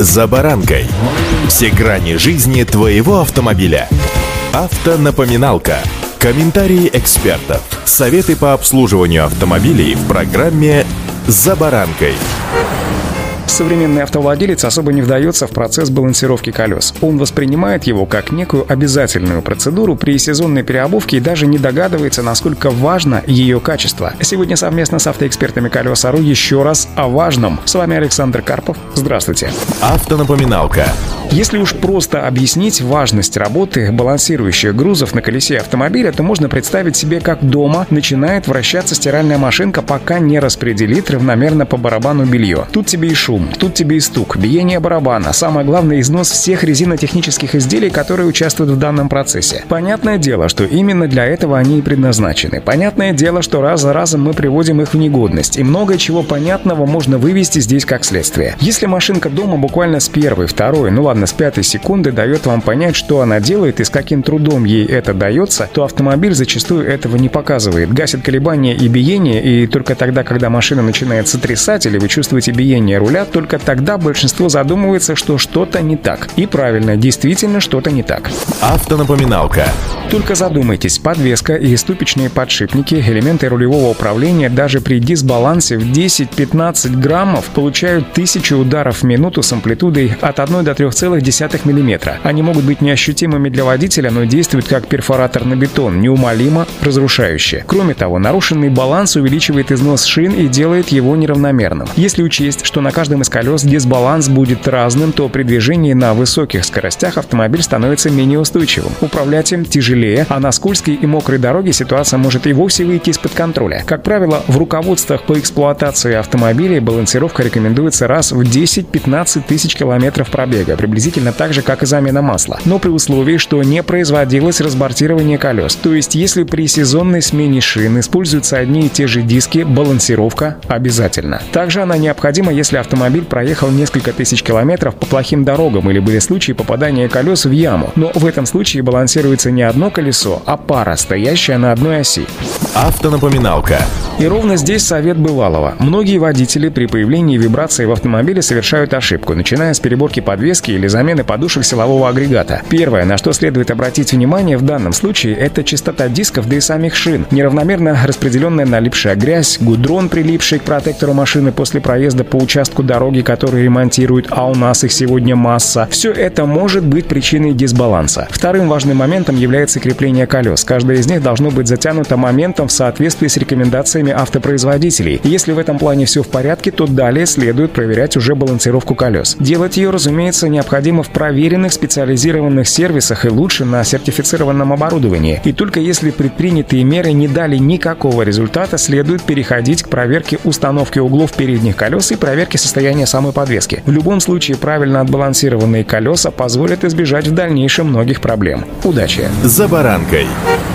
«За баранкой». Все грани жизни твоего автомобиля. Автонапоминалка. Комментарии экспертов. Советы по обслуживанию автомобилей в программе «За баранкой». Современный автовладелец особо не вдается в процесс балансировки колес. Он воспринимает его как некую обязательную процедуру при сезонной переобувке и даже не догадывается, насколько важно ее качество. Сегодня совместно с автоэкспертами Колеса.ру еще раз о важном. С вами Александр Карпов. Здравствуйте. Автонапоминалка. Если уж просто объяснить важность работы балансирующих грузов на колесе автомобиля, то можно представить себе, как дома начинает вращаться стиральная машинка, пока не распределит равномерно по барабану белье. Тут тебе и шум, тут тебе и стук, биение барабана, самое главное — износ всех резинотехнических изделий, которые участвуют в данном процессе. Понятное дело, что именно для этого они и предназначены. Понятное дело, что раз за разом мы приводим их в негодность, и многое чего понятного можно вывести здесь как следствие. Если машинка дома буквально с первой, второй, с пятой секунды дает вам понять, что она делает и с каким трудом ей это дается, то автомобиль зачастую этого не показывает. Гасит колебания и биение, и только тогда, когда машина начинает сотрясать или вы чувствуете биение руля, только тогда большинство задумывается, что что-то не так. И правильно, действительно что-то не так. Автонапоминалка. Только задумайтесь, подвеска и ступичные подшипники, элементы рулевого управления даже при дисбалансе в 10-15 граммов получают 1000 ударов в минуту с амплитудой от 1 до 3,1 мм. Они могут быть неощутимыми для водителя, но действуют как перфоратор на бетон, неумолимо разрушающе. Кроме того, нарушенный баланс увеличивает износ шин и делает его неравномерным. Если учесть, что на каждом из колес дисбаланс будет разным, то при движении на высоких скоростях автомобиль становится менее устойчивым. Управлять им тяжелее, а на скользкой и мокрой дороге ситуация может и вовсе выйти из-под контроля. Как правило, в руководствах по эксплуатации автомобилей балансировка рекомендуется раз в 10-15 тысяч километров пробега, приблизительно так же, как и замена масла, но при условии, что не производилось разбортирование колес. То есть, если при сезонной смене шин используются одни и те же диски, балансировка обязательна. Также она необходима, если автомобиль проехал несколько тысяч километров по плохим дорогам или были случаи попадания колес в яму. Но в этом случае балансируется не одно колесо, а пара, стоящая на одной оси. Автонапоминалка. И ровно здесь совет бывалого. Многие водители при появлении вибрации в автомобиле совершают ошибку, начиная с переборки подвески или замены подушек силового агрегата. Первое, на что следует обратить внимание в данном случае, это частота дисков, да и самих шин. Неравномерно распределенная налипшая грязь, гудрон, прилипший к протектору машины после проезда по участку дороги, который ремонтируют, а у нас их сегодня масса. Все это может быть причиной дисбаланса. Вторым важным моментом является крепление колес. Каждое из них должно быть затянуто моментом в соответствии с рекомендациями автопроизводителей. Если в этом плане все в порядке, то далее следует проверять уже балансировку колес. Делать ее, разумеется, необходимо в проверенных специализированных сервисах и лучше на сертифицированном оборудовании. И только если предпринятые меры не дали никакого результата, следует переходить к проверке установки углов передних колес и проверке состояния самой подвески. В любом случае, правильно отбалансированные колеса позволят избежать в дальнейшем многих проблем. Удачи! За баранкой.